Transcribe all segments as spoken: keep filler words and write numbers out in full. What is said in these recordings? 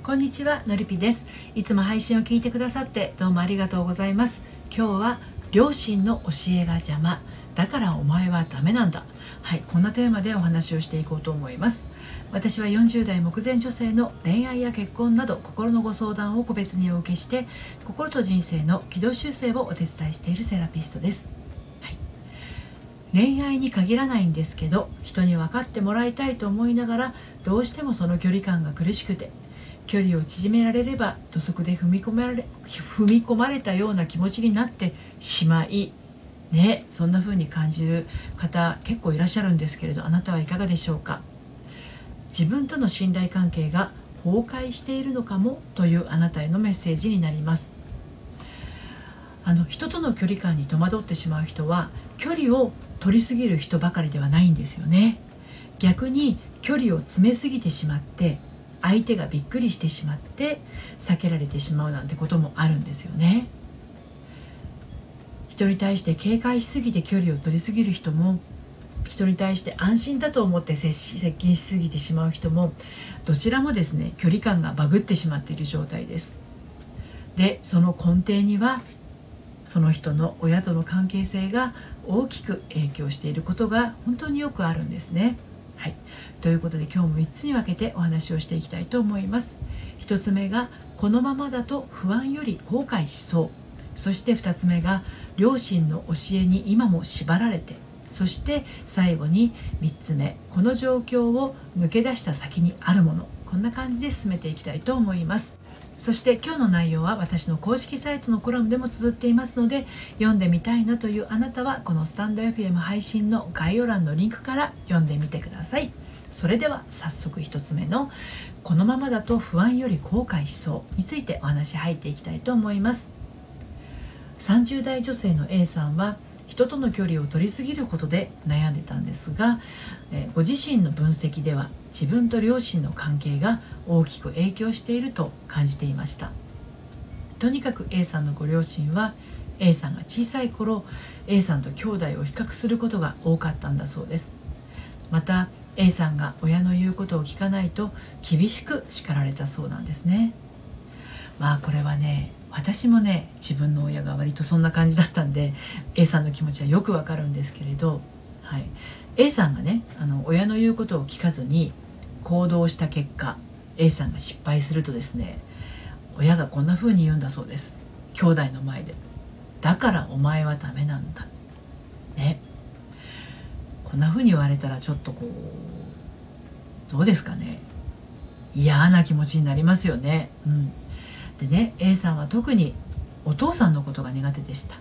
こんにちは、のりぴです。いつも配信を聞いてくださってどうもありがとうございます。今日は両親の教えが邪魔だからお前はダメなんだ。はい、こんなテーマでお話をしていこうと思います。私はよんじゅう代目前女性の恋愛や結婚など心のご相談を個別にお受けして、心と人生の軌道修正をお手伝いしているセラピストです。はい、恋愛に限らないんですけど、人に分かってもらいたいと思いながらどうしてもその距離感が苦しくて、距離を縮められれば土足で踏み込まれ踏み込まれたような気持ちになってしまいね、そんな風に感じる方結構いらっしゃるんですけれど、あなたはいかがでしょうか。自分との信頼関係が崩壊しているのかもというあなたへのメッセージになります。あの人との距離感に戸惑ってしまう人は距離を取りすぎる人ばかりではないんですよね。逆に距離を詰めすぎてしまって相手がびっくりしてしまって避けられてしまうなんてこともあるんですよね。人に対して警戒しすぎて距離を取りすぎる人も、人に対して安心だと思って接し接近しすぎてしまう人も、どちらもですね、距離感がバグってしまっている状態です。で、その根底にはその人の親との関係性が大きく影響していることが本当によくあるんですね。はい、ということで今日もみっつに分けてお話をしていきたいと思います。ひとつめがこのままだと不安より後悔しそう。そしてふたつめが両親の教えに今も縛られて、そして最後にみっつめ、この状況を抜け出した先にあるもの。こんな感じで進めていきたいと思います。そして今日の内容は私の公式サイトのコラムでも綴っていますので、読んでみたいなというあなたはこのスタンド エフエム 配信の概要欄のリンクから読んでみてください。それでは早速ひとつめのこのままだと不安より後悔しそうについてお話入っていきたいと思います。さんじゅう代女性の A さんは人との距離を取りすぎることで悩んでたんですが、ご自身の分析では自分と両親の関係が大きく影響していると感じていました。とにかく A さんのご両親は A さんが小さい頃 A さんと兄弟を比較することが多かったんだそうです。また A さんが親の言うことを聞かないと厳しく叱られたそうなんですね。まあこれはね、私もね、自分の親が割とそんな感じだったんで A さんの気持ちはよくわかるんですけれど、はい、A さんがね、あの親の言うことを聞かずに行動した結果 A さんが失敗するとですね、親がこんな風に言うんだそうです。兄弟の前で。だからお前はダメなんだね。こんな風に言われたらちょっとこうどうですかね、嫌な気持ちになりますよね。うんでね、A さんは特にお父さんのことが苦手でした。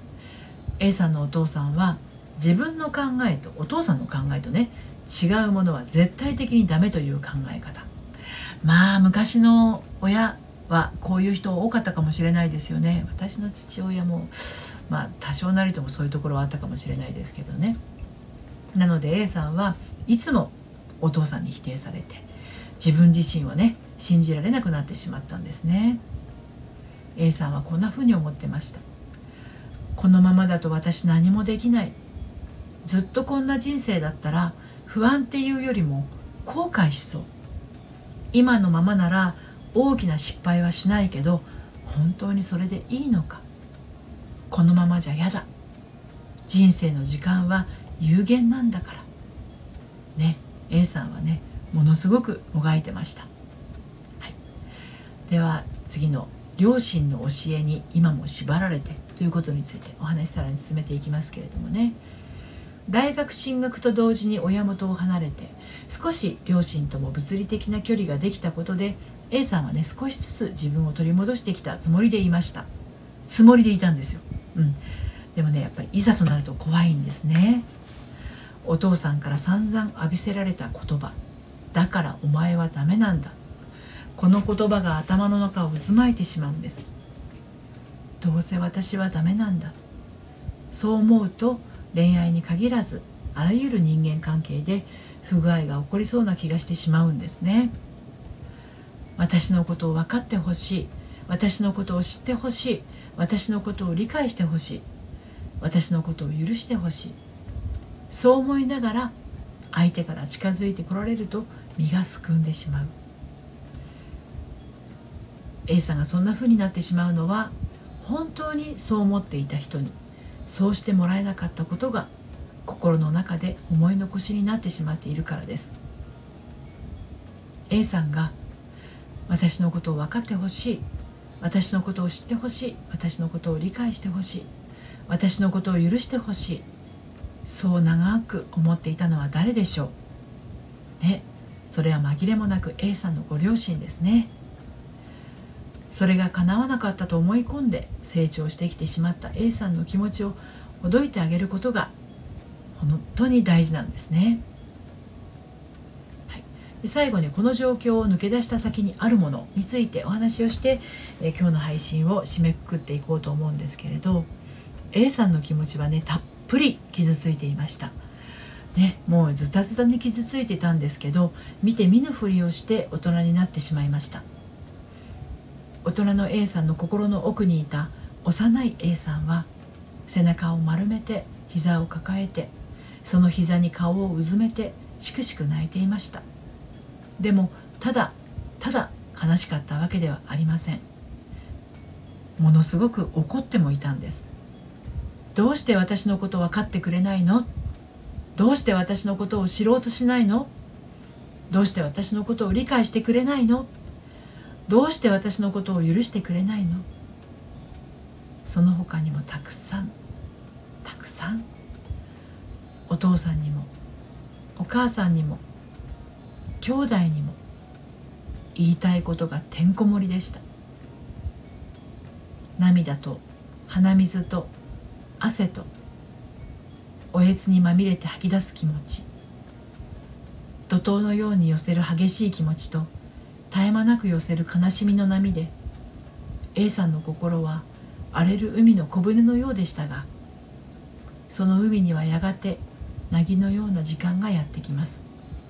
A さんのお父さんは自分の考えとお父さんの考えとね、違うものは絶対的にダメという考え方。まあ昔の親はこういう人多かったかもしれないですよね。私の父親もまあ多少なりともそういうところはあったかもしれないですけどね。なので A さんはいつもお父さんに否定されて、自分自身をね信じられなくなってしまったんですね。 A さんはこんな風に思ってました。このままだと私何もできない。ずっとこんな人生だったら不安っていうよりも後悔しそう。今のままなら大きな失敗はしないけど本当にそれでいいのか。このままじゃやだ。人生の時間は有限なんだからね。 A さんはねものすごくもがいてました。はい、では次の両親の教えに今も縛られてということについてお話さらに進めていきますけれどもね。大学進学と同時に親元を離れて少し両親とも物理的な距離ができたことで A さんはね少しずつ自分を取り戻してきたつもりでいましたつもりでいたんですよ、うん、でもねやっぱりいざとなると怖いんですね。お父さんから散々浴びせられた言葉、だからお前はダメなんだ。この言葉が頭の中を渦巻いてしまうんです。どうせ私はダメなんだ。そう思うと恋愛に限らずあらゆる人間関係で不具合が起こりそうな気がしてしまうんですね。私のことを分かってほしい。私のことを知ってほしい。私のことを理解してほしい。私のことを許してほしい。そう思いながら相手から近づいてこられると身がすくんでしまう。 A さんがそんな風になってしまうのは、本当にそう思っていた人にそうしてもらえなかったことが心の中で思い残しになってしまっているからです。 A さんが私のことを分かってほしい、私のことを知ってほしい、私のことを理解してほしい、私のことを許してほしい、そう長く思っていたのは誰でしょうね。それは紛れもなく A さんのご両親ですね。それが叶わなかったと思い込んで成長してきてしまった A さんの気持ちをほどいてあげることが本当に大事なんですね。はい、で最後にこの状況を抜け出した先にあるものについてお話をして、え今日の配信を締めくくっていこうと思うんですけれど、 A さんの気持ちはねたっぷり傷ついていました。ね、もうズタズタに傷ついてたんですけど、見て見ぬふりをして大人になってしまいました。大人の A さんの心の奥にいた幼い A さんは背中を丸めて膝を抱えて、その膝に顔をうずめてしくしく泣いていました。でもただただ悲しかったわけではありません。ものすごく怒ってもいたんです。どうして私のこと分かってくれないの？どうして私のことを知ろうとしないの？どうして私のことを理解してくれないの？どうして私のことを許してくれないの？その他にもたくさんたくさん、お父さんにもお母さんにも兄弟にも言いたいことがてんこ盛りでした。涙と鼻水と汗とおえつにまみれて吐き出す気持ち、怒涛のように寄せる激しい気持ちと絶え間なく寄せる悲しみの波で A さんの心は荒れる海の小舟のようでしたが、その海にはやがて凪のような時間がやってきます。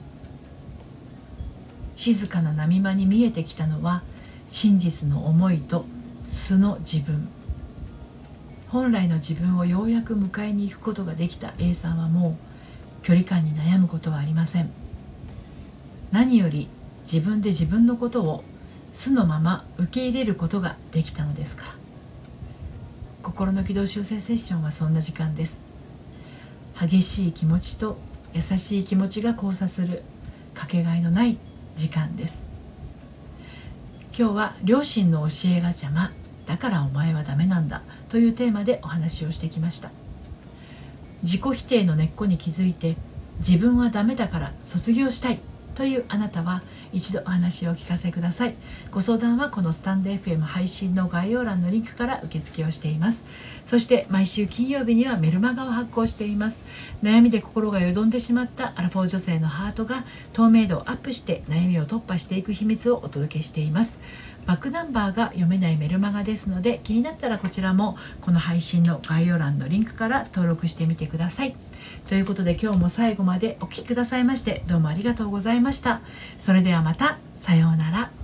静かな波間に見えてきたのは真実の思いと素の自分。本来の自分をようやく迎えに行くことができた A さんはもう距離感に悩むことはありません。何より自分で自分のことを素のまま受け入れることができたのですから。心の軌道修正セッションはそんな時間です。激しい気持ちと優しい気持ちが交差するかけがえのない時間です。今日は両親の教えが邪魔だからお前はダメなんだというテーマでお話をしてきました。自己否定の根っこに気づいて自分はダメだから卒業したいというあなたは一度お話をお聞かせください。ご相談はこのスタンド エフエム 配信の概要欄のリンクから受付をしています。そして毎週金曜日にはメルマガを発行しています。悩みで心がよどんでしまったアラフォー女性のハートが透明度をアップして悩みを突破していく秘密をお届けしています。バックナンバーが読めないメルマガですので、気になったらこちらもこの配信の概要欄のリンクから登録してみてください。ということで今日も最後までお聞きくださいましてどうもありがとうございました。それではまた、さようなら。